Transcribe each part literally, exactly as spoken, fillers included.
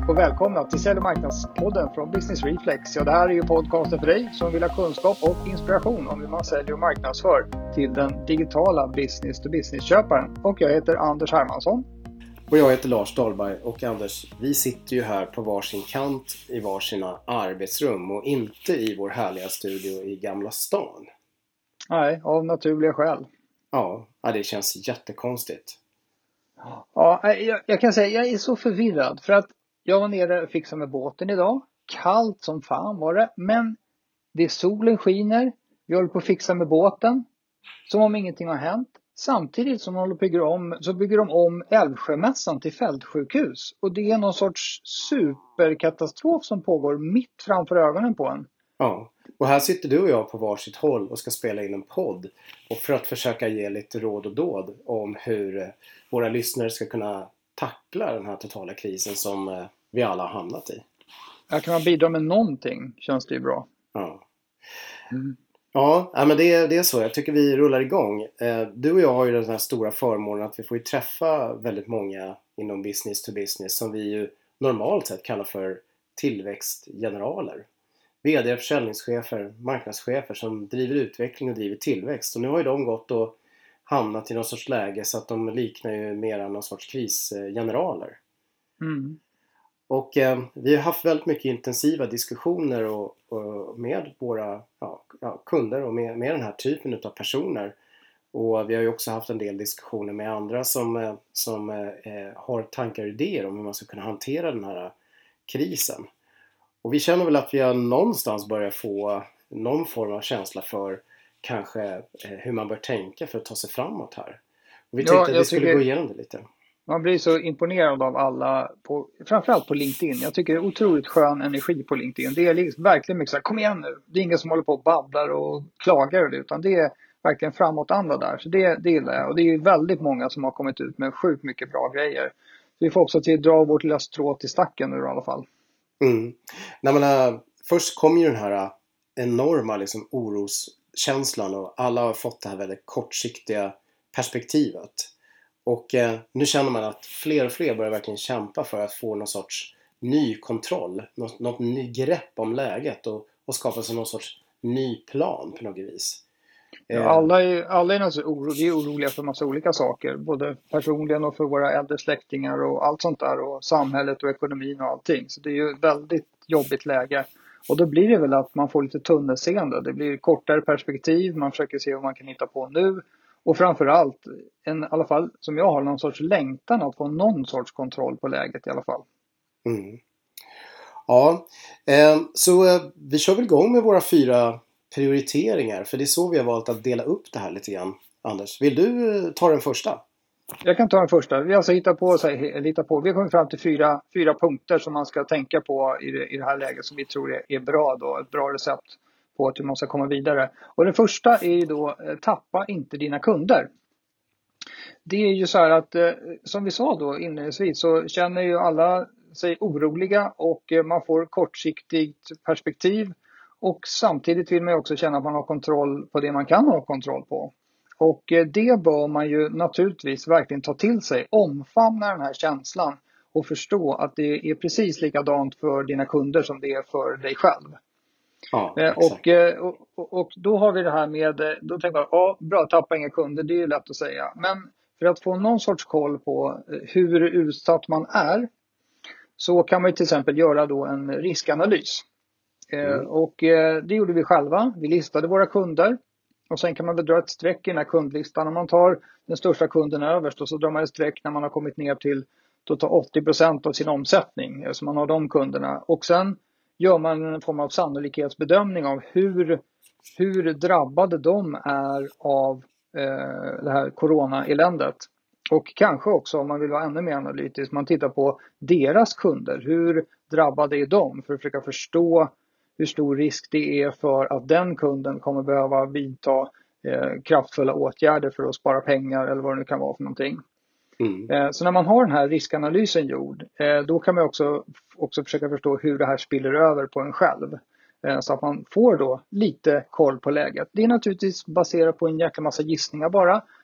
och välkomna till Sälj- och marknadspodden från Business Reflex. Ja, det här är ju podcasten för dig som vill ha kunskap och inspiration om hur man säljer och marknadsför till den digitala business-to-business-köparen. Och jag heter Anders Hermansson. Och jag heter Lars Dahlberg. Och Anders, vi sitter ju här på varsin kant i varsina arbetsrum och inte i vår härliga studio i Gamla stan. Nej, av naturliga skäl. Ja, det känns jättekonstigt. Ja, jag, jag kan säga jag är så förvirrad för att jag var nere och fixade med båten idag. Kallt som fan var det, men det är solen skiner. Vi håller på att fixa med båten som om ingenting har hänt. Samtidigt som de håller på att bygga om, så bygger de om Älvsjömässan till fältsjukhus. Och det är någon sorts superkatastrof som pågår mitt framför ögonen på en. Ja, och här sitter du och jag på varsitt håll och ska spela in en podd. Och för att försöka ge lite råd och dåd om hur våra lyssnare ska kunna tackla den här totala krisen som vi alla har hamnat i. Här kan man bidra med någonting, känns det ju bra. Ja. Mm. Ja, men det är, det är så. Jag tycker vi rullar igång. Du och jag har ju den här stora förmånen att vi får ju träffa väldigt många inom business to business som vi ju normalt sett kallar för tillväxtgeneraler. Vd, försäljningschefer, marknadschefer som driver utveckling och driver tillväxt. Och nu har ju de gått och hamnat i någon sorts läge så att de liknar ju mer än någon sorts krisgeneraler. Mm. Och eh, vi har haft väldigt mycket intensiva diskussioner och, och med våra ja, ja, kunder och med, med den här typen av personer. Och vi har ju också haft en del diskussioner med andra som, eh, som eh, har tankar och idéer om hur man ska kunna hantera den här krisen. Och vi känner väl att vi har någonstans börjat få någon form av känsla för kanske eh, hur man bör tänka för att ta sig framåt här. Och vi tänkte Ja, att vi skulle tycker... gå igenom det lite. Man blir så imponerad av alla, på, framförallt på LinkedIn. Jag tycker det är otroligt skön energi på LinkedIn. Det är liksom verkligen mycket så här, kom igen nu. Det är ingen som håller på och babblar och klagar, utan det är verkligen framåtanda där. Så det, det gillar jag. Och det är ju väldigt många som har kommit ut med sjukt mycket bra grejer. Så vi får också till dra vårt lilla strå till stacken nu i alla fall. Mm. Nej, men, äh, först kom ju den här äh, enorma liksom, oroskänslan och alla har fått det här väldigt kortsiktiga perspektivet. Och eh, nu känner man att fler och fler börjar verkligen kämpa för att få någon sorts ny kontroll. Något, något ny grepp om läget och, och skapa sig någon sorts ny plan på något vis. Ja, alla är, alla är alltså oro, vi är oroliga för massa olika saker. Både personligen och för våra äldre släktingar och allt sånt där. Och samhället och ekonomin och allting. Så det är ju ett väldigt jobbigt läge. Och då blir det väl att man får lite tunnelseende. Det blir kortare perspektiv. Man försöker se vad man kan hitta på nu. Och framförallt, en, i alla fall som jag har, någon sorts längtan att få någon sorts kontroll på läget i alla fall. Mm. Ja, eh, så eh, vi kör väl igång med våra fyra prioriteringar. För det är så vi har valt att dela upp det här lite grann. Anders, vill du eh, ta den första? Jag kan ta den första. Vi har alltså hittat på, så här, hittat på. Vi har kommit fram till fyra, fyra punkter som man ska tänka på i det, i det här läget som vi tror är, är bra då. Ett bra recept på hur man ska komma vidare. Och det första är ju då, tappa inte dina kunder. Det är ju så här att, som vi sa då inledningsvis, så känner ju alla sig oroliga och man får kortsiktigt perspektiv. Och samtidigt vill man ju också känna att man har kontroll på det man kan ha kontroll på. Och det bör man ju naturligtvis verkligen ta till sig, omfamna den här känslan och förstå att det är precis likadant för dina kunder som det är för dig själv. Ja, och, och, och då har vi det här med, då tänker jag, ja, bra, tappa inga kunder, det är ju lätt att säga. Men för att få någon sorts koll på hur utsatt man är så kan man ju till exempel göra då en riskanalys. Mm. Och det gjorde vi själva, vi listade våra kunder. Och sen kan man väl dra ett streck i den här kundlistan. Om man tar den största kunden överst och så drar man ett streck när man har kommit ner till åttio procent av sin omsättning. Så man har de kunderna. Och sen gör man en form av sannolikhetsbedömning av hur, hur drabbade de är av eh, det här corona-eländet. Och kanske också, om man vill vara ännu mer analytisk, man tittar på deras kunder. Hur drabbade är de? För att försöka förstå hur stor risk det är för att den kunden kommer behöva vidta eh, kraftfulla åtgärder för att spara pengar eller vad det nu kan vara för någonting. Mm. Eh, så när man har den här riskanalysen gjord, eh, då kan man också, också försöka förstå hur det här spiller över på en själv. Eh, så att man får då lite koll på läget. Det är naturligtvis baserat på en jäkla massa gissningar bara.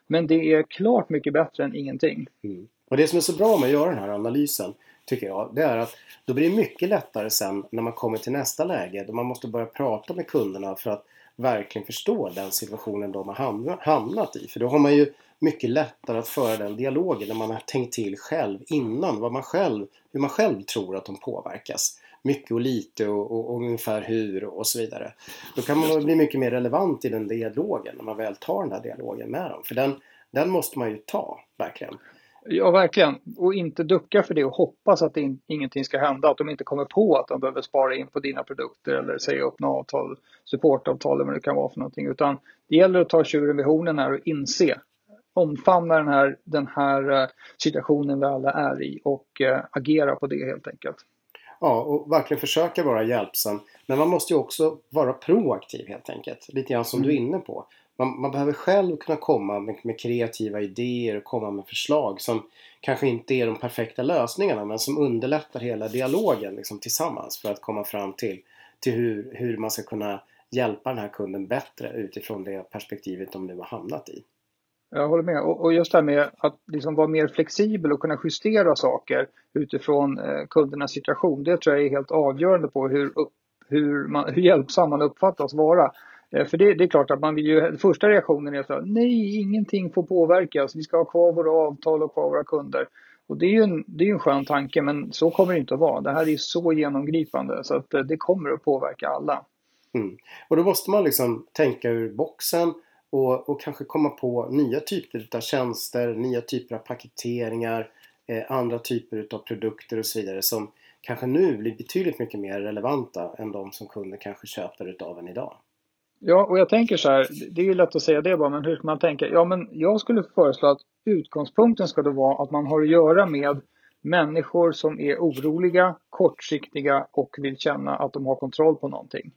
Men det är klart mycket bättre än ingenting. Mm. Och det som är så bra med att göra den här analysen, tycker jag, det är att då blir det mycket lättare sen när man kommer till nästa läge, då man måste börja prata med kunderna för att verkligen förstå den situationen de har hamnat i. För då har man ju mycket lättare att föra den dialogen när man har tänkt till själv innan vad man själv, hur man själv tror att de påverkas. Mycket och lite och, och, och ungefär hur och så vidare. Då kan man bli mycket mer relevant i den dialogen när man väl tar den här dialogen med dem. För den, den måste man ju ta, verkligen. Ja, verkligen. Och inte ducka för det och hoppas att det in, ingenting ska hända. Att de inte kommer på att de behöver spara in på dina produkter eller säga upp något avtal, supportavtal eller vad det kan vara för någonting. Utan det gäller att ta tjuren vid hornen här och inse. Omfamna den här, den här situationen vi alla är i och äh, agera på det helt enkelt. Ja, och verkligen försöka vara hjälpsam. Men man måste ju också vara proaktiv helt enkelt. Lite grann som mm. du är inne på. Man, man behöver själv kunna komma med, med kreativa idéer och komma med förslag som kanske inte är de perfekta lösningarna, men som underlättar hela dialogen liksom, tillsammans för att komma fram till, till hur, hur man ska kunna hjälpa den här kunden bättre utifrån det perspektivet de nu har hamnat i. Jag håller med. Och just det här med att liksom vara mer flexibel och kunna justera saker utifrån eh, kundernas situation. Det tror jag är helt avgörande på hur, upp, hur, man, hur hjälpsam man uppfattas vara. Eh, för det, det är klart att man vill ju, första reaktionen är så att nej, ingenting får påverkas. Vi ska ha kvar våra avtal och kvar våra kunder. Och det är ju en, det är en skön tanke, men så kommer det inte att vara. Det här är så genomgripande så att eh, det kommer att påverka alla. Mm. Och då måste man liksom tänka ur boxen. Och, och kanske komma på nya typer av tjänster, nya typer av paketeringar, eh, andra typer av produkter och så vidare som kanske nu blir betydligt mycket mer relevanta än de som kunder kanske köper utav en idag. Ja, och jag tänker så här, det är ju lätt att säga det bara, men hur ska man tänka? Ja, men jag skulle föreslå att utgångspunkten ska då vara att man har att göra med människor som är oroliga, kortsiktiga och vill känna att de har kontroll på någonting.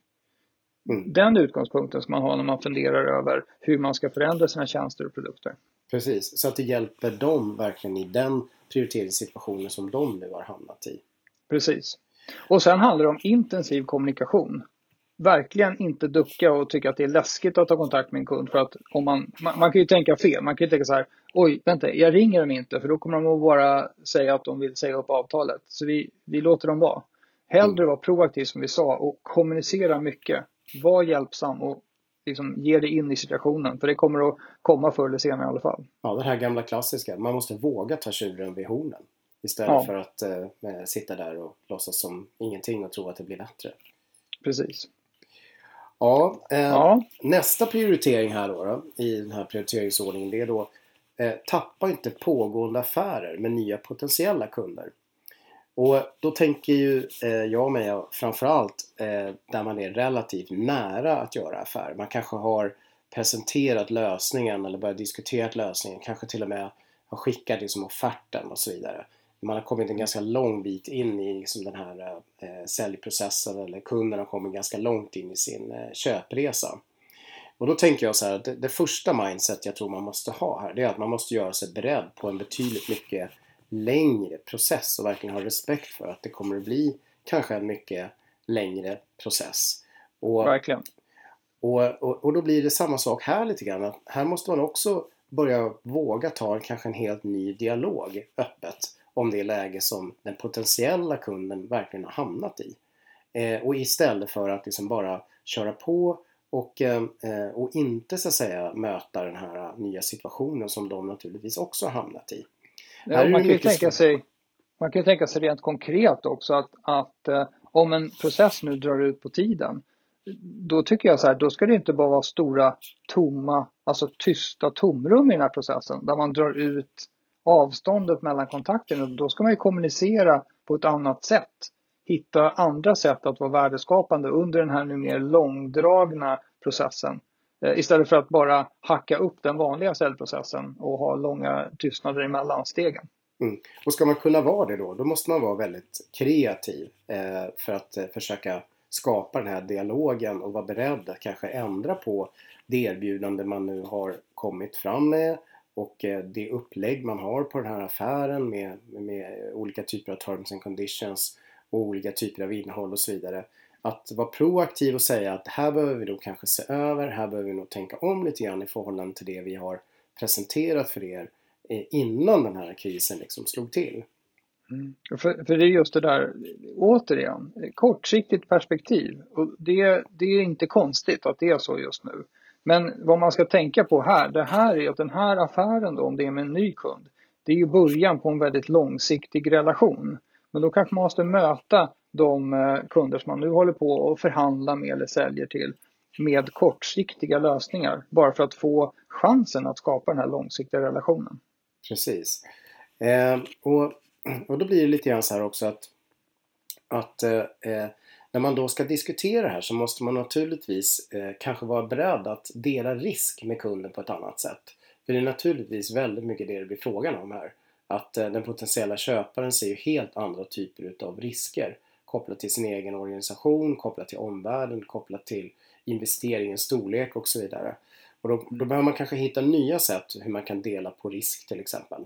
Mm. Den utgångspunkten ska man ha när man funderar över hur man ska förändra sina tjänster och produkter. Precis, så att det hjälper dem verkligen i den prioriteringssituationen som de nu har hamnat i. Precis. Och sen handlar det om intensiv kommunikation. Verkligen inte ducka och tycka att det är läskigt att ta kontakt med en kund. För att om man, man, man kan ju tänka fel. Man kan ju tänka så här, oj, vänta, jag ringer dem inte. För då kommer de att bara säga att de vill säga upp avtalet. Så vi, vi låter dem vara. Hellre mm. vara proaktiv som vi sa och kommunicera mycket. Var hjälpsam och liksom ge dig in i situationen. För det kommer att komma förr eller senare i alla fall. Ja, det här gamla klassiska. Man måste våga ta tjuren vid hornen. Istället ja. för att eh, sitta där och låtsas som ingenting och tro att det blir bättre. Precis. Ja, eh, ja. Nästa prioritering här då, då i den här prioriteringsordningen, det är då eh, tappa inte pågående affärer med nya potentiella kunder. Och då tänker ju eh, jag mig framförallt eh, där man är relativt nära att göra affär. Man kanske har presenterat lösningen eller börjat diskutera lösningen. Kanske till och med har skickat liksom offerten och så vidare. Man har kommit en ganska lång bit in i liksom den här eh, säljprocessen eller kunden har kommit ganska långt in i sin eh, köpresa. Och då tänker jag så här att det, det första mindset jag tror man måste ha här, det är att man måste göra sig beredd på en betydligt mycket längre process och verkligen ha respekt för att det kommer att bli kanske en mycket längre process. Och, verkligen. Och, och, och då blir det samma sak här lite grann. Att här måste man också börja våga ta kanske en helt ny dialog öppet om det läge som den potentiella kunden verkligen har hamnat i. Eh, och istället för att liksom bara köra på och, eh, och inte så att säga möta den här nya situationen som de naturligtvis också har hamnat i. Ja, man, kan ju tänka sig, man kan ju tänka sig rent konkret också att, att eh, om en process nu drar ut på tiden, då tycker jag så här, då ska det inte bara vara stora tomma, alltså tysta tomrum i den här processen där man drar ut avståndet mellan kontakterna. Då ska man ju kommunicera på ett annat sätt. Hitta andra sätt att vara värdeskapande under den här nu mer långdragna processen. Eh, istället för att bara hacka upp den vanliga säljprocessen och ha långa tystnader emellan stegen. Mm. Och ska man kunna vara det då, då måste man vara väldigt kreativ eh, för att eh, försöka skapa den här dialogen och vara beredd att kanske ändra på det erbjudande man nu har kommit fram med och eh, det upplägg man har på den här affären med, med olika typer av terms and conditions och olika typer av innehåll och så vidare. Att vara proaktiv och säga att här behöver vi då kanske se över, här behöver vi nog tänka om lite grann i förhållande till det vi har presenterat för er eh, innan den här krisen liksom slog till. Mm. För, för det är just det där, återigen, kortsiktigt perspektiv. Och det, det är inte konstigt att det är så just nu. Men vad man ska tänka på här, det här är att den här affären då, om det är med en ny kund, det är ju början på en väldigt långsiktig relation. Men då kanske man måste möta de kunder som man nu håller på och förhandla med eller säljer till med kortsiktiga lösningar. Bara för att få chansen att skapa den här långsiktiga relationen. Precis. Eh, och, och då blir det lite grann så här också att, att eh, när man då ska diskutera det här så måste man naturligtvis eh, kanske vara beredd att dela risk med kunden på ett annat sätt. För det är naturligtvis väldigt mycket det det blir frågan om här. Att eh, den potentiella köparen ser ju helt andra typer av risker kopplat till sin egen organisation, kopplat till omvärlden, kopplat till investeringens storlek och så vidare. Och då, då behöver man kanske hitta nya sätt hur man kan dela på risk till exempel.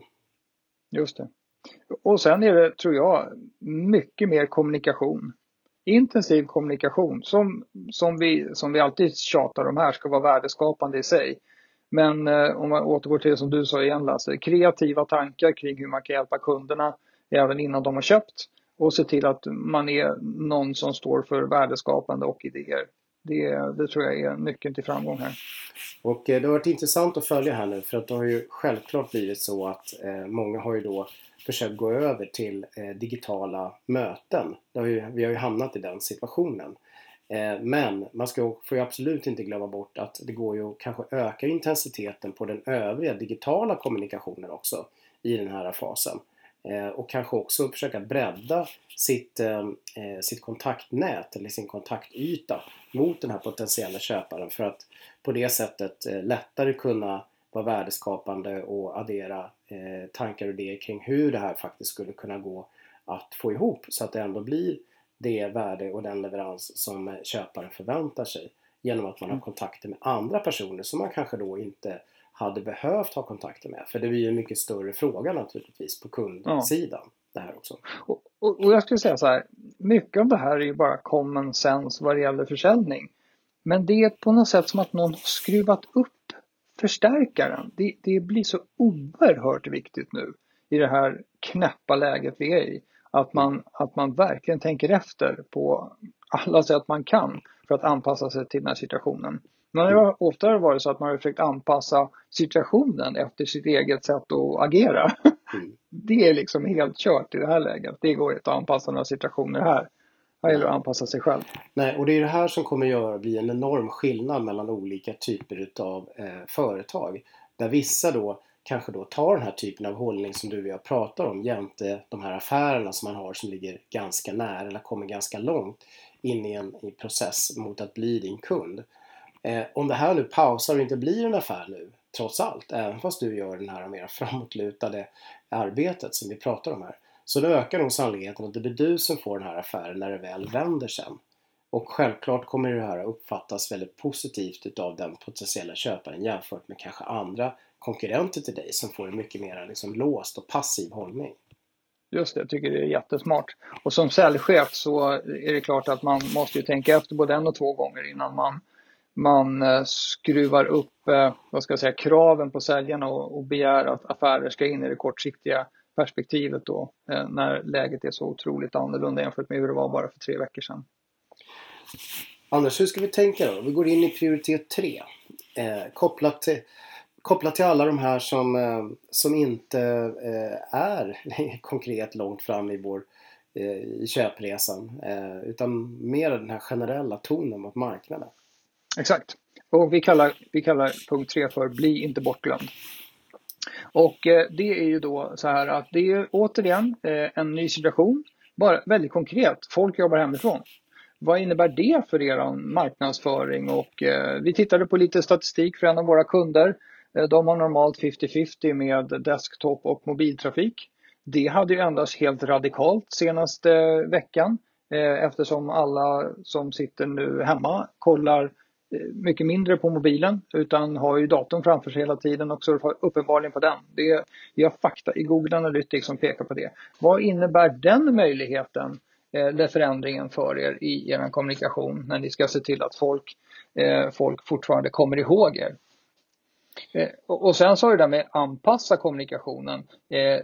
Just det. Och sen är det, tror jag, mycket mer kommunikation. Intensiv kommunikation som, som, vi, som vi alltid tjatar om här ska vara värdeskapande i sig. Men eh, om man återgår till det som du sa igen, Lasse, kreativa tankar kring hur man kan hjälpa kunderna även innan de har köpt. Och se till att man är någon som står för värdeskapande och idéer. Det, det tror jag är nyckeln till framgång här. Och eh, det har varit intressant att följa här nu, för att det har ju självklart blivit så att eh, många har ju då försökt gå över till eh, digitala möten. Det har ju, vi har ju hamnat i den situationen. Eh, men man ska, får ju absolut inte glömma bort att det går ju att kanske öka intensiteten på den övriga digitala kommunikationen också i den här fasen. Eh, och kanske också försöka bredda sitt, eh, sitt kontaktnät eller sin kontaktyta mot den här potentiella köparen, för att på det sättet eh, lättare kunna vara värdeskapande och addera eh, tankar och idéer kring hur det här faktiskt skulle kunna gå att få ihop, så att det ändå blir det värde och den leverans som köparen förväntar sig, genom att man har kontakter med andra personer som man kanske då inte hade behövt ha kontakter med. För det blir ju en mycket större fråga naturligtvis på kundsidan. Ja. Det här också. Och, och, och jag skulle säga så här, mycket av det här är ju bara common sense vad det gäller försäljning. Men det är på något sätt som att någon har skruvat upp förstärkaren. Det, det blir så oerhört viktigt nu i det här knäppa läget vi är i. Att man, att man verkligen tänker efter på alla sätt man kan för att anpassa sig till den här situationen. Men det har ofta varit så att man har försökt anpassa situationen efter sitt eget sätt att agera. Mm. Det är liksom helt kört i det här läget. Det går inte att anpassa några situationer här. Här gäller att anpassa sig själv. Nej, och det är det här som kommer göra bli en enorm skillnad mellan olika typer av eh, företag. Där vissa då kanske då tar den här typen av hållning som du och jag pratar om, jämte de här affärerna som man har som ligger ganska nära eller kommer ganska långt in i en i process mot att bli din kund. Eh, om det här nu pausar och inte blir en affär nu, trots allt, även fast du gör den här mer framåtlutade arbetet som vi pratar om här, så det ökar nog sannolikheten att det blir du som får den här affären när det väl vänder sen. Och självklart kommer det här uppfattas väldigt positivt utav den potentiella köparen jämfört med kanske andra konkurrenter till dig som får en mycket mer liksom låst och passiv hållning. Just det, jag tycker det är jättesmart. Och som säljchef så är det klart att man måste ju tänka efter både en och två gånger innan man, man skruvar upp vad ska jag säga, kraven på säljarna och, och begär att affärer ska in i det kortsiktiga perspektivet då, när läget är så otroligt annorlunda jämfört med hur det var bara för tre veckor sedan. Anders, hur ska vi tänka då? Vi går in i prioritet tre. Eh, kopplat, till, kopplat till alla de här som, eh, som inte eh, är konkret långt fram i vår eh, i köpresan. Eh, utan mer den här generella tonen mot marknaden. Exakt. Och vi kallar, vi kallar punkt tre för bli inte bortglömd. Och eh, det är ju då så här att det är återigen eh, en ny situation. Bara väldigt konkret. Folk jobbar hemifrån. Vad innebär det för er marknadsföring? Och eh, vi tittade på lite statistik för en av våra kunder. Eh, de har normalt femtio femtio med desktop och mobiltrafik. Det hade ju ändras helt radikalt senaste veckan. Eh, eftersom alla som sitter nu hemma kollar eh, mycket mindre på mobilen. Utan har ju datorn framför sig hela tiden och surfar uppenbarligen på den. Det, vi har fakta i Google Analytics som pekar på det. Vad innebär den möjligheten? Eller förändringen för er i er kommunikation när ni ska se till att folk, eh, folk fortfarande kommer ihåg er? Eh, och, och sen så är det där med anpassa kommunikationen. Eh,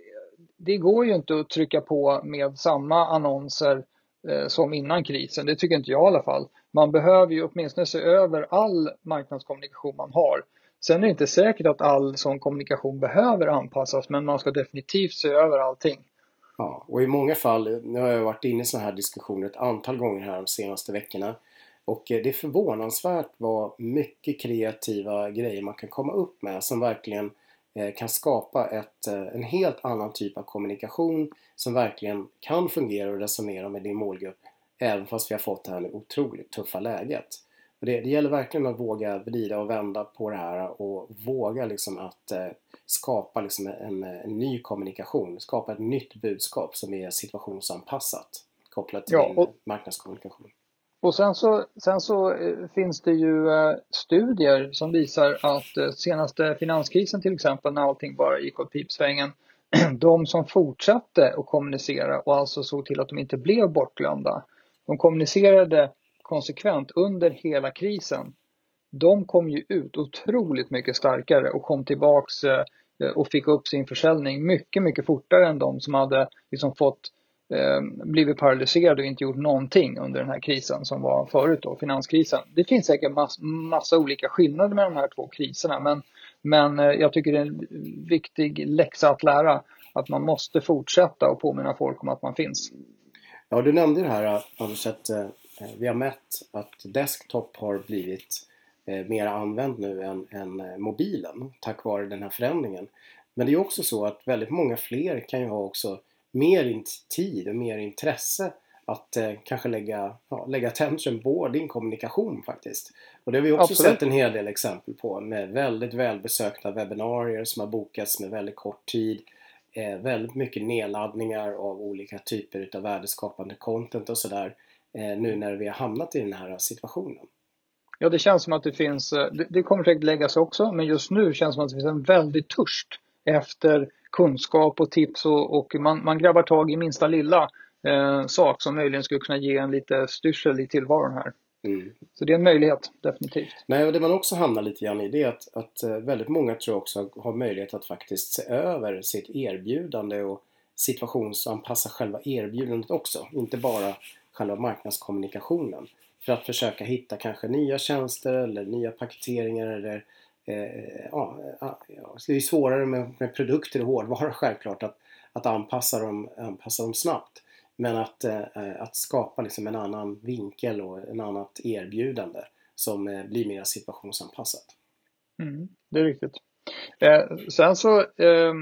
det går ju inte att trycka på med samma annonser eh, som innan krisen. Det tycker inte jag i alla fall. Man behöver ju åtminstone se över all marknadskommunikation man har. Sen är det inte säkert att all sån kommunikation behöver anpassas, men man ska definitivt se över allting. Ja, och i många fall, nu har jag varit inne i sådana här diskussioner ett antal gånger här de senaste veckorna. Och det är förvånansvärt vad mycket kreativa grejer man kan komma upp med som verkligen kan skapa ett, en helt annan typ av kommunikation som verkligen kan fungera och resonera med din målgrupp även fast vi har fått det här otroligt tuffa läget. Och det, det gäller verkligen att våga vrida och vända på det här och våga liksom att eh, skapa liksom en, en ny kommunikation, skapa ett nytt budskap som är situationsanpassat kopplat till Ja, din och, marknadskommunikation. och sen så, sen så eh, finns det ju eh, studier som visar att eh, senaste finanskrisen till exempel, när allting bara gick åt pipsvängen, de som fortsatte att kommunicera och alltså såg till att de inte blev bortglömda, de kommunicerade konsekvent under hela krisen, de kom ju ut otroligt mycket starkare och kom tillbaks eh, och fick upp sin försäljning mycket, mycket fortare än de som hade liksom fått eh, blivit paralyserade och inte gjort någonting under den här krisen som var förut då, finanskrisen. Det finns säkert mass, massa olika skillnader med de här två kriserna, men, men eh, jag tycker det är en viktig läxa att lära, att man måste fortsätta och påminna folk om att man finns. Ja, du nämnde det här, Anders, att eh, vi har mätt att desktop har blivit eh, mer använd nu än, än mobilen tack vare den här förändringen. Men det är också så att väldigt många fler kan ju ha också mer tid och mer intresse att eh, kanske lägga, ja, lägga attention på din kommunikation faktiskt. Och det har vi också Absolut. sett en hel del exempel på med väldigt välbesökta webbinarier som har bokats med väldigt kort tid. Eh, väldigt mycket nedladdningar av olika typer av värdeskapande content och sådär eh, nu när vi har hamnat i den här situationen. Ja, det känns som att det finns, det, det kommer säkert läggas också, men just nu känns det som att det finns en väldigt törst efter kunskap och tips och, och man, man grabbar tag i minsta lilla eh, sak som möjligen skulle kunna ge en lite styrsel i tillvaron här. Mm. Så det är en möjlighet, definitivt. Nej, och det man också hamnar lite grann i det är att, att väldigt många tror jag också har möjlighet att faktiskt se över sitt erbjudande och situationsanpassa själva erbjudandet också. Inte bara själva marknadskommunikationen. För att försöka hitta kanske nya tjänster eller nya paketeringar eller eh, ja, ja, det är svårare med, med produkter och hårdvara självklart att, att anpassa, dem, anpassa dem snabbt. Men att, eh, att skapa liksom en annan vinkel och en annat erbjudande som eh, blir mer situationsanpassat. Mm, det är riktigt. Eh, sen så eh,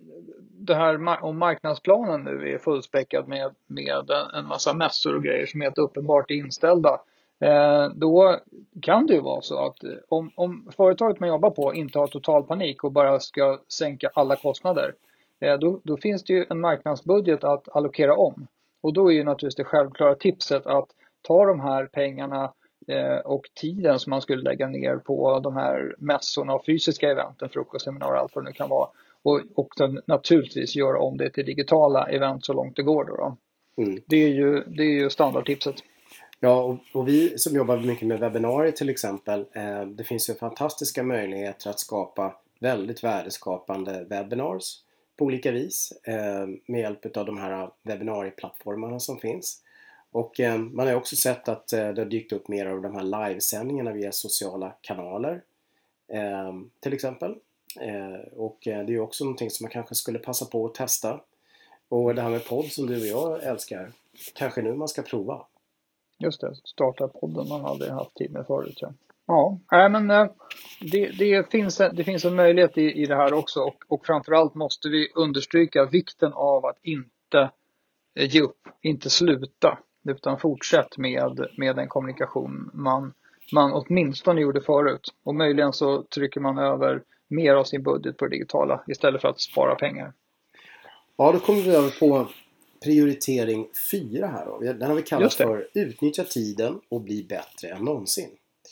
det här om marknadsplanen nu är fullspäckad med, med en massa mässor och grejer som är helt uppenbart inställda. Eh, då kan det ju vara så att om, om företaget man jobbar på inte har total panik och bara ska sänka alla kostnader, eh, då, då finns det ju en marknadsbudget att allokera om. Och då är ju naturligtvis det självklara tipset att ta de här pengarna eh, och tiden som man skulle lägga ner på de här mässorna och fysiska eventen, frukostseminarier och allt vad det nu kan vara. Och, och naturligtvis göra om det till digitala event så långt det går då. då. Mm. Det är ju, det är ju standardtipset. Ja, och, och vi som jobbar mycket med webbinarier till exempel, eh, det finns ju fantastiska möjligheter att skapa väldigt värdeskapande webinars på olika vis eh, med hjälp av de här webbinarieplattformarna som finns. Och eh, man har också sett att eh, det har dykt upp mer av de här livesändningarna via sociala kanaler eh, till exempel. Eh, och eh, det är ju också någonting som man kanske skulle passa på att testa. Och det här med podd som du och jag älskar, kanske nu man ska prova. Just det, starta podden man aldrig haft tid med förut. Ja, ja nej, men det, det, finns, det finns en möjlighet i, i det här också. Och, och framförallt måste vi understryka vikten av att inte ge upp, inte sluta. Utan fortsätt med, med den kommunikation man, man åtminstone gjorde förut. Och möjligen så trycker man över mer av sin budget på det digitala istället för att spara pengar. Ja, då kommer vi över på prioritering fyra här då. Den har vi kallat för utnyttja tiden och bli bättre än någonsin.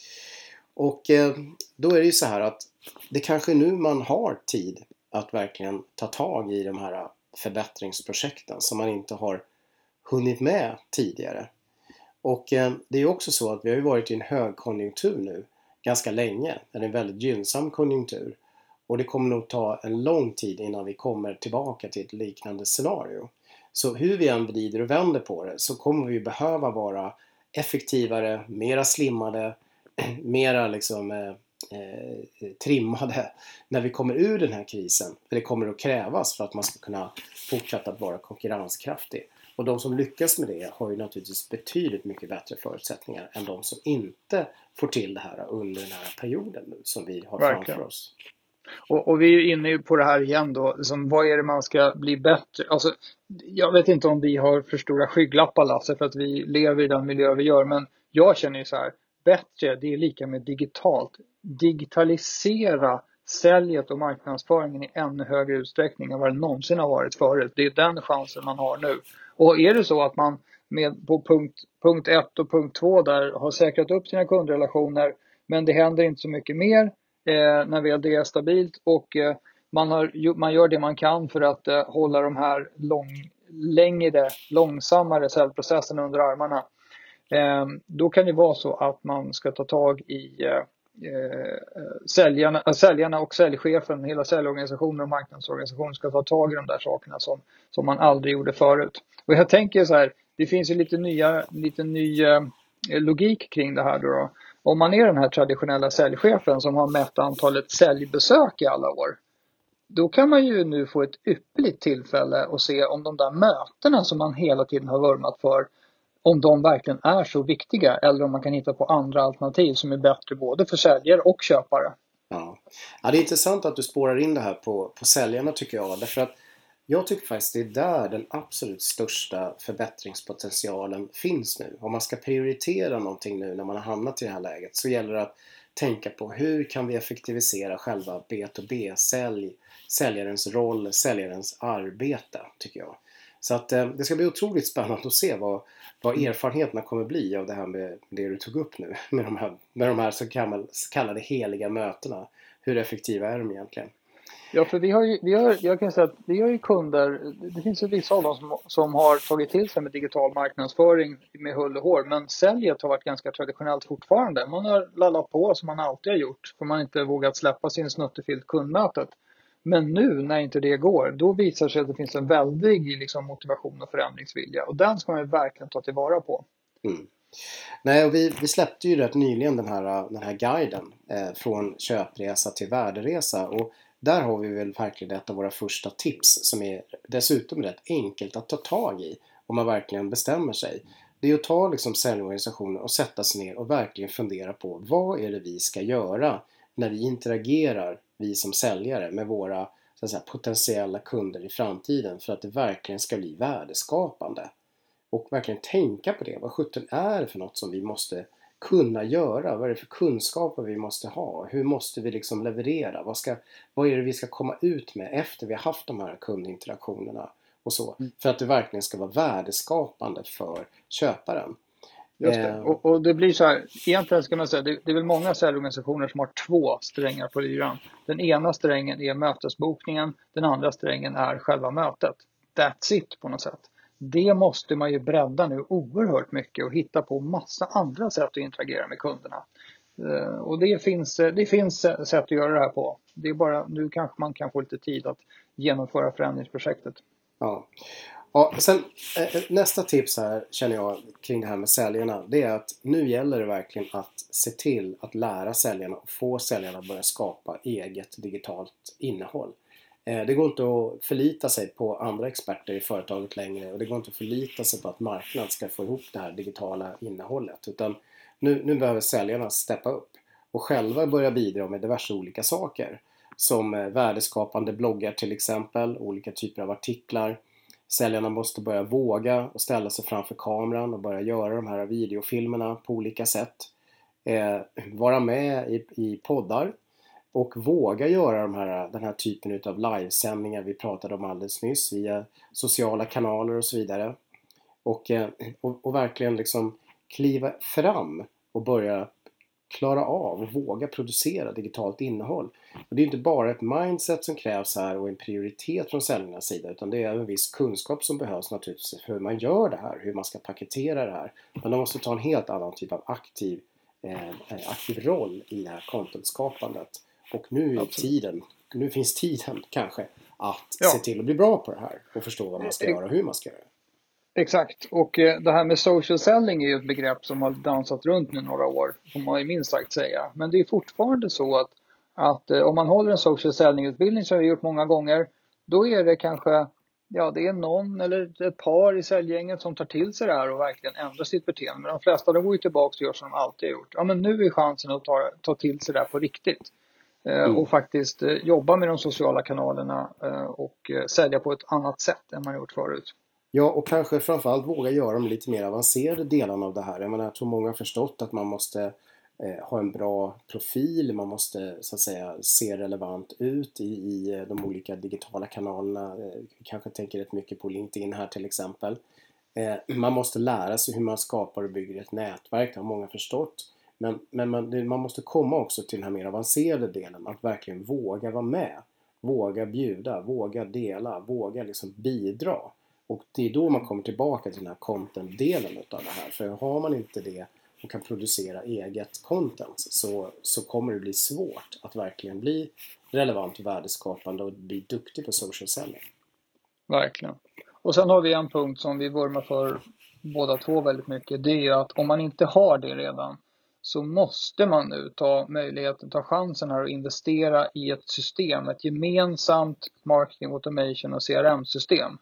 Och eh, då är det ju så här att det kanske nu man har tid att verkligen ta tag i de här förbättringsprojekten som man inte har hunnit med tidigare. Och eh, det är ju också så att vi har ju varit i en högkonjunktur nu ganska länge. Det är en väldigt gynnsam konjunktur. Och det kommer nog ta en lång tid innan vi kommer tillbaka till ett liknande scenario. Så hur vi än vrider och vänder på det så kommer vi behöva vara effektivare, mera slimmade, mera liksom eh, eh, trimmade när vi kommer ur den här krisen. För det kommer att krävas för att man ska kunna fortsätta att vara konkurrenskraftig. Och de som lyckas med det har ju naturligtvis betydligt mycket bättre förutsättningar än de som inte får till det här under den här perioden nu som vi har Verkligen. framför oss. Och, och vi är inne på det här igen då, som vad är det man ska bli bättre? Alltså, jag vet inte om vi har för stora skygglappar, Lasse, för att vi lever i den miljö vi gör, men jag känner ju så här, bättre, det är lika med digitalt. Digitalisera säljet och marknadsföringen i ännu högre utsträckning än vad det någonsin har varit förut. Det är den chansen man har nu. Och är det så att man med, på punkt, punkt ett och punkt två där har säkrat upp sina kundrelationer, men det händer inte så mycket mer eh, när väl det är stabilt och eh, man, har, man gör det man kan för att eh, hålla de här lång, längre, långsammare säljprocesserna under armarna. Eh, då kan det vara så att man ska ta tag i eh, Eh, säljarna, äh, säljarna och säljchefen, hela säljorganisationen och marknadsorganisationen ska ta tag i de där sakerna som, som man aldrig gjorde förut. Och jag tänker så här, det finns ju lite, nya, lite ny eh, logik kring det här då, då. Om man är den här traditionella säljchefen som har mätt antalet säljbesök i alla år, då kan man ju nu få ett ypperligt tillfälle att se om de där mötena som man hela tiden har vurmat för, om de verkligen är så viktiga eller om man kan hitta på andra alternativ som är bättre både för säljare och köpare. Ja, ja det är intressant att du spårar in det här på, på säljarna tycker jag. Därför att jag tycker faktiskt det är där den absolut största förbättringspotentialen finns nu. Om man ska prioritera någonting nu när man har hamnat i det här läget så gäller det att tänka på hur kan vi effektivisera själva B två B-sälj, säljarens roll, säljarens arbete tycker jag. Så att eh, det ska bli otroligt spännande att se vad, vad erfarenheterna kommer bli av det här med det du tog upp nu. Med de här, med de här så kallade, så kallade heliga mötena. Hur effektiva är de egentligen? Ja, för vi har ju, vi har, jag kan säga att vi har ju kunder, det finns ju vissa av dem som, som har tagit till sig med digital marknadsföring med hull och hår. Men säljet har varit ganska traditionellt fortfarande. Man har lallat på som man alltid har gjort. För man inte vågat släppa sin snuttefilt kundmötet. Men nu när inte det går, då visar sig att det finns en väldig liksom, motivation och förändringsvilja. Och den ska man verkligen ta tillvara på. Mm. Nej, och vi, vi släppte ju rätt nyligen den här, den här guiden eh, från köpresa till värderesa. Och där har vi väl verkligen ett av våra första tips som är dessutom rätt enkelt att ta tag i om man verkligen bestämmer sig. Det är att ta liksom säljorganisationen och sätta sig ner och verkligen fundera på vad är det vi ska göra när vi interagerar, vi som säljare, med våra så att säga, potentiella kunder i framtiden för att det verkligen ska bli värdeskapande. Och verkligen tänka på det. Vad sjutton är det för något som vi måste kunna göra? Vad är det för kunskaper vi måste ha? Hur måste vi liksom leverera? Vad, ska, vad är det vi ska komma ut med efter vi har haft de här kundinteraktionerna och så? Mm. För att det verkligen ska vara värdeskapande för köparen. Just det. Och, och det blir så här, egentligen ska man säga, det, det är väl många säljorganisationer som har två strängar på lyran. Den ena strängen är mötesbokningen, den andra strängen är själva mötet. That's it på något sätt. Det måste man ju bredda nu oerhört mycket och hitta på massa andra sätt att interagera med kunderna. Och det finns, det finns sätt att göra det här på. Det är bara, nu kanske man kan få lite tid att genomföra förändringsprojektet. Ja. Ja, sen, nästa tips här känner jag kring det här med säljarna, det är att nu gäller det verkligen att se till att lära säljarna och få säljarna att börja skapa eget digitalt innehåll. Det går inte att förlita sig på andra experter i företaget längre och det går inte att förlita sig på att marknaden ska få ihop det här digitala innehållet, utan nu, nu behöver säljarna steppa upp och själva börja bidra med diverse olika saker som värdeskapande bloggar till exempel, olika typer av artiklar. Säljarna måste börja våga och ställa sig framför kameran och börja göra de här videofilmerna på olika sätt. Eh, vara med i, i poddar och våga göra de här, den här typen av livesändningar vi pratade om alldeles nyss via sociala kanaler och så vidare. Och, eh, och, och verkligen liksom kliva fram och börja klara av och våga producera digitalt innehåll. Och det är inte bara ett mindset som krävs här och en prioritet från säljarnas sida, utan det är även viss kunskap som behövs naturligtvis för hur man gör det här, hur man ska paketera det här. Men man måste ta en helt annan typ av aktiv eh, aktiv roll i det här contentskapandet. Och nu är tiden, nu finns tiden kanske att ja. se till att bli bra på det här och förstå vad man ska göra och hur man ska göra. Exakt, och eh, det här med social selling är ju ett begrepp som har dansat runt nu några år, får man ju minst sagt säga. Men det är fortfarande så att, att eh, om man håller en social selling-utbildning, som vi har gjort många gånger, då är det kanske, ja det är någon eller ett par i säljgänget som tar till sig det här och verkligen ändrar sitt beteende. Men de flesta de går ju tillbaka och gör som de alltid har gjort. Ja men nu är chansen att ta, ta till sig det här på riktigt. Eh, mm. Och faktiskt eh, jobba med de sociala kanalerna eh, och eh, sälja på ett annat sätt än man gjort förut. Ja, och kanske framförallt våga göra de lite mer avancerade delarna av det här. Jag menar, jag tror många har förstått att man måste eh, ha en bra profil. Man måste så att säga se relevant ut i, i de olika digitala kanalerna. Eh, kanske tänker rätt mycket på LinkedIn här till exempel. Eh, man måste lära sig hur man skapar och bygger ett nätverk. Det har många förstått. Men, men man, det, man måste komma också till den här mer avancerade delen. Att verkligen våga vara med. Våga bjuda, våga dela, våga liksom bidra. Och det är då man kommer tillbaka till den här content-delen av det här. För har man inte det och kan producera eget content så, så kommer det bli svårt att verkligen bli relevant och värdeskapande och bli duktig på social selling. Verkligen. Och sen har vi en punkt som vi vurmar för båda två väldigt mycket. Det är ju att om man inte har det redan så måste man nu ta möjligheten, ta chansen här och investera i ett system. Ett gemensamt marketing automation och C R M-system.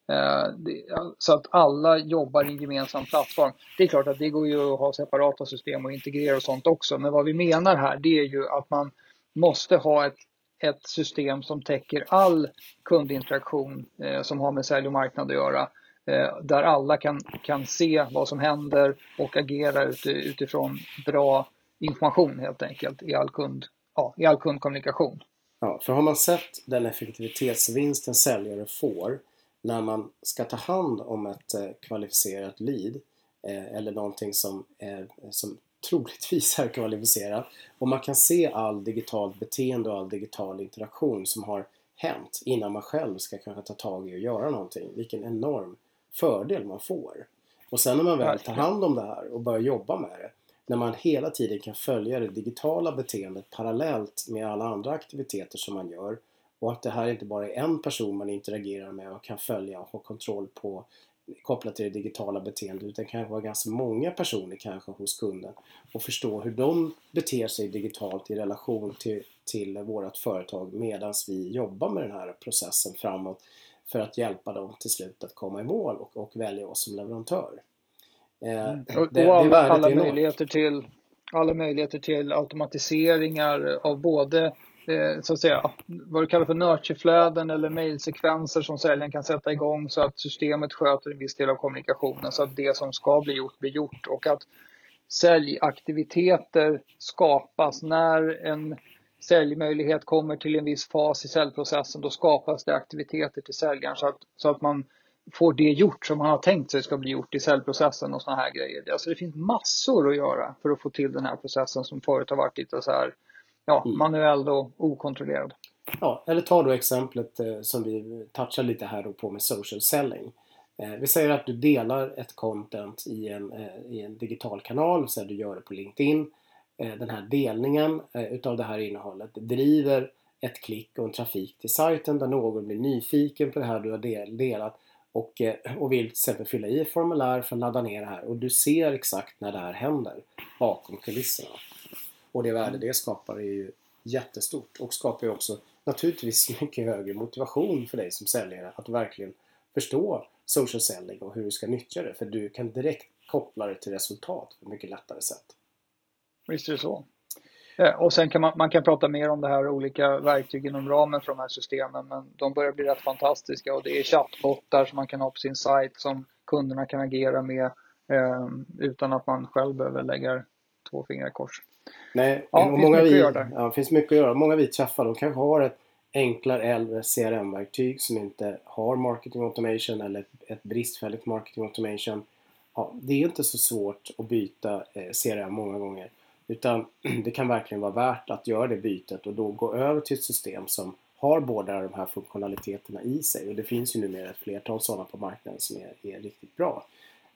Så att alla jobbar i en gemensam plattform. Det är klart att det går ju att ha separata system och integrera och sånt också. Men vad vi menar här, det är ju att man måste ha ett, ett system som täcker all kundinteraktion eh, som har med sälj och marknad att göra. Eh, där alla kan, kan se vad som händer och agera ut, utifrån bra information helt enkelt i all, kund, ja, i all kundkommunikation. Ja, för har man sett den effektivitetsvinsten säljare får när man ska ta hand om ett eh, kvalificerat lead eh, eller någonting som, eh, som troligtvis är kvalificerat och man kan se all digitalt beteende och all digital interaktion som har hänt innan man själv ska kanske ta tag i och göra någonting. Vilken enorm fördel man får. Och sen när man väl tar hand om det här och börjar jobba med det, när man hela tiden kan följa det digitala beteendet parallellt med alla andra aktiviteter som man gör. Och att det här inte bara är en person man interagerar med och kan följa och ha kontroll på kopplat till det digitala beteendet. Utan det kan vara ganska många personer kanske hos kunden. Och förstå hur de beter sig digitalt i relation till, till vårt företag medan vi jobbar med den här processen framåt. För att hjälpa dem till slut att komma i mål och, och välja oss som leverantör. Eh, mm. och, det, och alla, det alla, möjligheter till, alla möjligheter till automatiseringar av både så att säga, vad du kallar för nurtureflöden eller mejlsekvenser som säljaren kan sätta igång så att systemet sköter en viss del av kommunikationen så att det som ska bli gjort blir gjort och att säljaktiviteter skapas när en säljmöjlighet kommer till en viss fas i säljprocessen, då skapas det aktiviteter till säljaren så att, så att man får det gjort som man har tänkt sig ska bli gjort i säljprocessen och såna här grejer. Alltså det finns massor att göra för att få till den här processen som förut har varit lite så här Ja, manuell och okontrollerad. Ja, eller ta då exemplet eh, som vi touchar lite här då på med social selling. Eh, vi säger att du delar ett content i en, eh, i en digital kanal, så att du gör det på LinkedIn. Eh, den här delningen eh, utav det här innehållet driver ett klick och en trafik till sajten där någon blir nyfiken på det här du har del, delat och, eh, och vill till exempel fylla i ett formulär för att ladda ner det här. Och du ser exakt när det här händer bakom kulisserna. Och det värde det skapar är ju jättestort och skapar ju också naturligtvis mycket högre motivation för dig som säljare att verkligen förstå social selling och hur du ska nyttja det. För du kan direkt koppla det till resultat på ett mycket lättare sätt. Visst är det så. Och sen kan man, man kan prata mer om det här olika verktyg inom ramen för de här systemen. Men de börjar bli rätt fantastiska och det är chattbottar som man kan ha på sin sajt som kunderna kan agera med eh, utan att man själv behöver lägga två fingrar i kors. Nej, ja, och många vi, ja, det finns mycket att göra. Många vi träffar, de kanske har ett enklare äldre C R M-verktyg som inte har marketing automation eller ett, ett bristfälligt marketing automation. Ja, det är inte så svårt att byta eh, C R M många gånger. Utan det kan verkligen vara värt att göra det bytet och då gå över till ett system som har båda de här funktionaliteterna i sig. Och det finns ju numera ett flertal sådana på marknaden som är, är riktigt bra.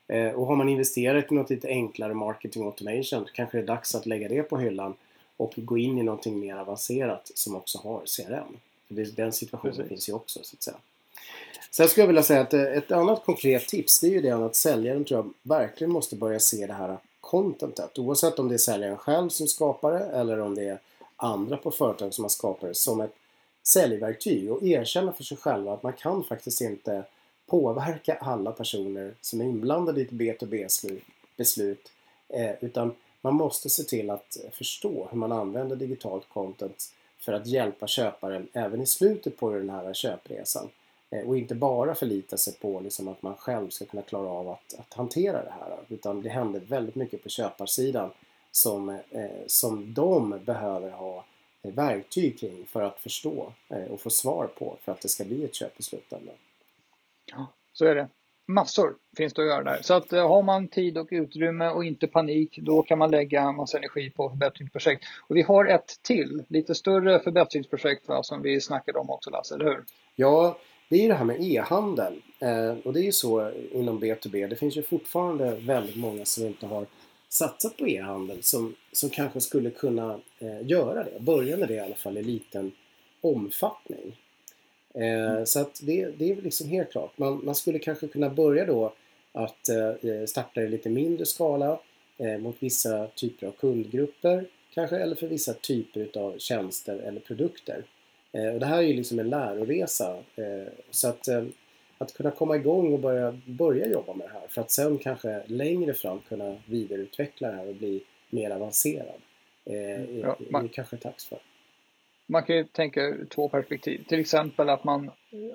Och har man investerat i något lite enklare marketing automation, kanske det är dags att lägga det på hyllan och gå in i någonting mer avancerat som också har C R M. Den situationen Precis. Finns ju också, så att säga. Sen skulle jag vilja säga att ett annat konkret tips, det är ju det att säljaren, tror jag, verkligen måste börja se det här contentet. Oavsett om det är säljaren själv som skapar det eller om det är andra på företag som har skapat det, som ett säljverktyg, och erkänna för sig själva att man kan faktiskt inte påverka alla personer som är inblandade i ett B två B-beslut, eh, utan man måste se till att förstå hur man använder digitalt content för att hjälpa köparen även i slutet på den här köpresan. Eh, och inte bara förlita sig på liksom att man själv ska kunna klara av att, att hantera det här. Utan det händer väldigt mycket på köparsidan som, eh, som de behöver ha verktyg kring för att förstå eh, och få svar på för att det ska bli ett köpbeslut. Ja, så är det. Massor finns det att göra där. Så att eh, har man tid och utrymme och inte panik, då kan man lägga massa energi på förbättringsprojekt. Och vi har ett till, lite större förbättringsprojekt, va, som vi snackade om också, Lasse, eller hur? Ja, det är ju det här med e-handel. Eh, och det är ju så inom B två B. Det finns ju fortfarande väldigt många som inte har satsat på e-handel som, som kanske skulle kunna eh, göra det. Börja med det i alla fall i liten omfattning. Eh, så att det, det är liksom helt klart. Man, man skulle kanske kunna börja då att eh, starta i lite mindre skala eh, mot vissa typer av kundgrupper kanske, eller för vissa typer av tjänster eller produkter. Eh, och det här är ju liksom en läroresa. Eh, så att, eh, att kunna komma igång och börja, börja jobba med det här för att sen kanske längre fram kunna vidareutveckla det här och bli mer avancerad. Eh, ja, man, är kanske tax för. Man kan ju tänka ur två perspektiv. Till exempel att man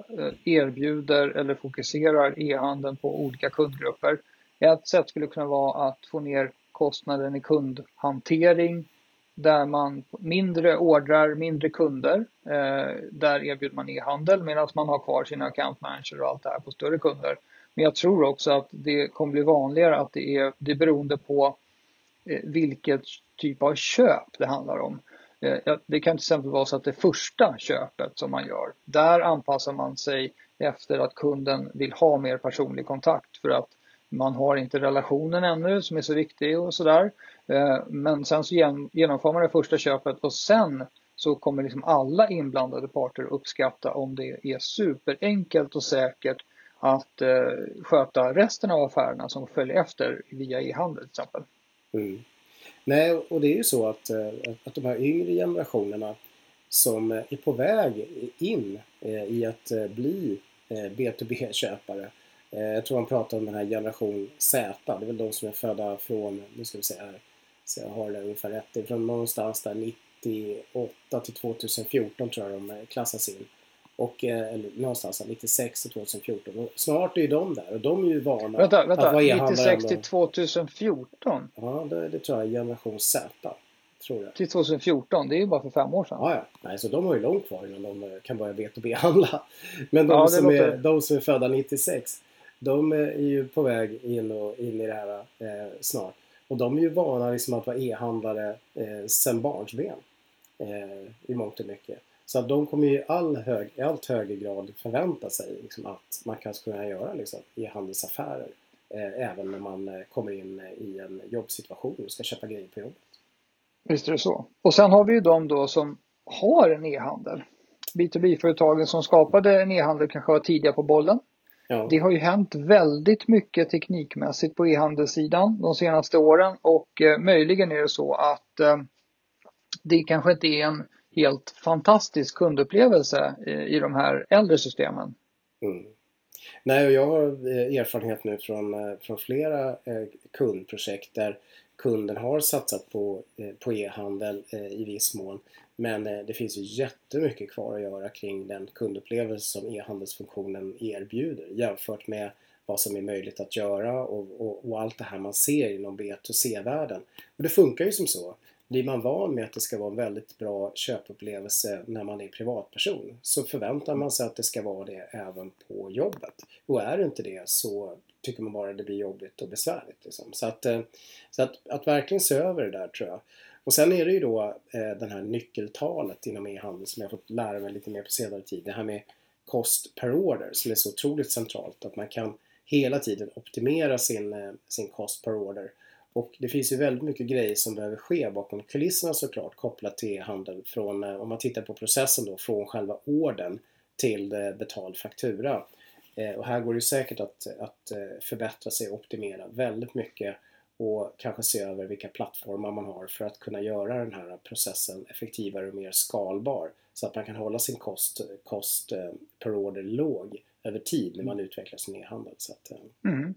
erbjuder eller fokuserar e-handeln på olika kundgrupper. Ett sätt skulle kunna vara att få ner kostnaden i kundhantering där man mindre ordrar, mindre kunder. Eh, där erbjuder man e-handel medan man har kvar sina account manager och allt det här på större kunder. Men jag tror också att det kommer bli vanligare att det är, det är beroende på eh, vilket typ av köp det handlar om. Eh, det kan till exempel vara så att det första köpet som man gör, där anpassar man sig efter att kunden vill ha mer personlig kontakt för att man har inte relationen ännu som är så viktig och sådär. Men sen så genomför man det första köpet och sen så kommer liksom alla inblandade parter uppskatta om det är superenkelt och säkert att sköta resten av affärerna som följer efter via e-handel till exempel. Mm. Nej, och det är ju så att, att de här yngre generationerna som är på väg in i att bli B två B-köpare. Jag tror man pratar om den här generation Z. Det är väl de som är födda från, nu ska vi se här, så jag har det ungefär rätt. Det är från någonstans där nittioåtta till tjugohundrafjorton tror jag de klassas in. Och eller, någonstans nittiosex till tjugohundrafjorton. Och snart är ju de där och de är ju vana vänta, vänta, att vara e-handlare. nittiosex till tjugohundrafjorton? Ja, det, det tror jag är generation Z. Tror jag. Till tjugohundrafjorton, det är ju bara för fem år sedan. Ja, ja. Nej, så de har ju långt kvar innan de kan börja B två B-handla. Men de, ja, som låter... är, de som är födda nittiosex, de är ju på väg in, och, in i det här eh, snart. Och de är ju vana liksom att vara e-handlare eh, sen barnsben eh, i mångt och mycket. Så att de kommer ju i all hög, i allt högre grad förvänta sig liksom, att man kan kunna göra liksom, e-handelsaffärer eh, även när man eh, kommer in i en jobbsituation och ska köpa grejer på jobbet. Visst är det så. Och sen har vi ju de då som har en e-handel. B två B-företagen som skapade en e-handel kanske var tidiga på bollen. Ja. Det har ju hänt väldigt mycket teknikmässigt på e-handelssidan de senaste åren och eh, möjligen är det så att eh, det kanske inte är en helt fantastisk kundupplevelse eh, i de här äldre systemen. Mm. Nej, och jag har erfarenhet nu från, från flera eh, kundprojekt där kunden har satsat på, eh, på e-handel eh, i viss mån. Men eh, det finns ju jättemycket kvar att göra kring den kundupplevelse som e-handelsfunktionen erbjuder jämfört med vad som är möjligt att göra och, och, och allt det här man ser inom B två C-världen. Och det funkar ju som så. Blir man van med att det ska vara en väldigt bra köpupplevelse när man är privatperson så förväntar man sig att det ska vara det även på jobbet. Och är det inte det så tycker man bara att det blir jobbigt och besvärligt. Liksom. Så, att, så att, att verkligen se över det där tror jag. Och sen är det ju då eh, den här nyckeltalet inom e-handel som jag fått lära mig lite mer på senare tid. Det här med cost per order som är så otroligt centralt. Att man kan hela tiden optimera sin, sin kost per order. Och det finns ju väldigt mycket grejer som behöver ske bakom kulisserna såklart, kopplat till handel. Från, om man tittar på processen då, från själva ordern till betald faktura. Och här går det säkert att, att förbättra sig och optimera väldigt mycket. Och kanske se över vilka plattformar man har för att kunna göra den här processen effektivare och mer skalbar. Så att man kan hålla sin kost, kost per order låg över tid när man utvecklar sin e-handel. Så att, mm.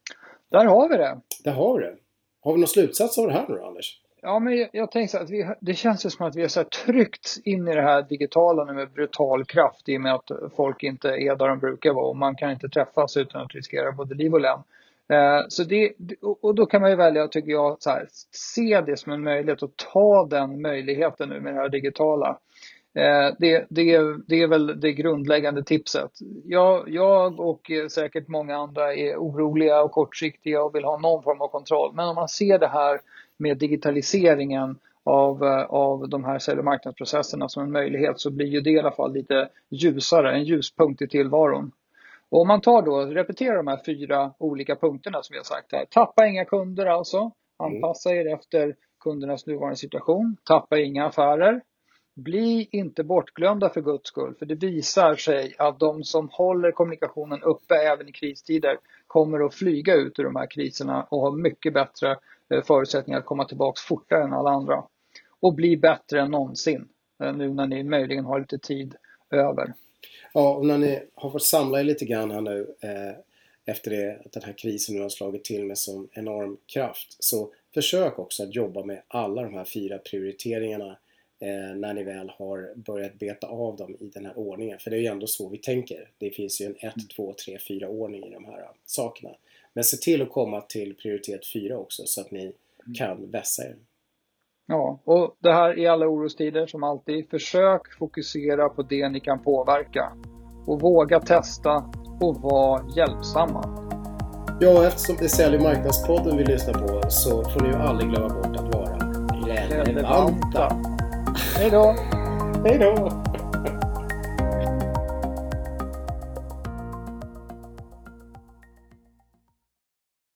Där har vi det. Där har vi det. Har vi någon slutsats av det här nu då, Anders? Ja, men jag, jag tänker så att vi, det känns ju som att vi har så här tryckt in i det här digitala nu med brutal kraft i och med att folk inte är där de brukar vara och man kan inte träffas utan att riskera både liv och lem. Eh, så det, och då kan man ju välja, tycker jag, så här, se det som en möjlighet och ta den möjligheten nu med det här digitala. Eh, det, det, det är väl det grundläggande tipset. Jag, jag och säkert många andra är oroliga och kortsiktiga och vill ha någon form av kontroll. Men om man ser det här med digitaliseringen av, av de här sälj- och marknadsprocesserna som en möjlighet, så blir ju det i alla fall lite ljusare, en ljuspunkt i tillvaron. Och om man tar då, repeterar de här fyra olika punkterna som vi har sagt här. Tappa inga kunder alltså. Anpassa er efter kundernas nuvarande situation. Tappa inga affärer. Bli inte bortglömda för Guds skull. För det visar sig att de som håller kommunikationen uppe även i kristider kommer att flyga ut ur de här kriserna och ha mycket bättre förutsättningar att komma tillbaka fortare än alla andra. Och bli bättre än någonsin nu när ni möjligen har lite tid över. Ja, och när ni har fått samla er lite grann här nu eh, efter det att den här krisen nu har slagit till med sån enorm kraft, så försök också att jobba med alla de här fyra prioriteringarna eh, när ni väl har börjat beta av dem i den här ordningen. För det är ju ändå så vi tänker. Det finns ju en ett, två, tre, fyra ordning i de här sakerna. Men se till att komma till prioritet fyra också så att ni kan vässa er. Ja, och det här i alla orostider som alltid. Försök fokusera på det ni kan påverka. Och våga testa och vara hjälpsamma. Ja, eftersom det är Sälj- och marknadspodden vi lyssnar på, så får ni ju aldrig glömma bort att vara relevanta. Hej då! Hej då!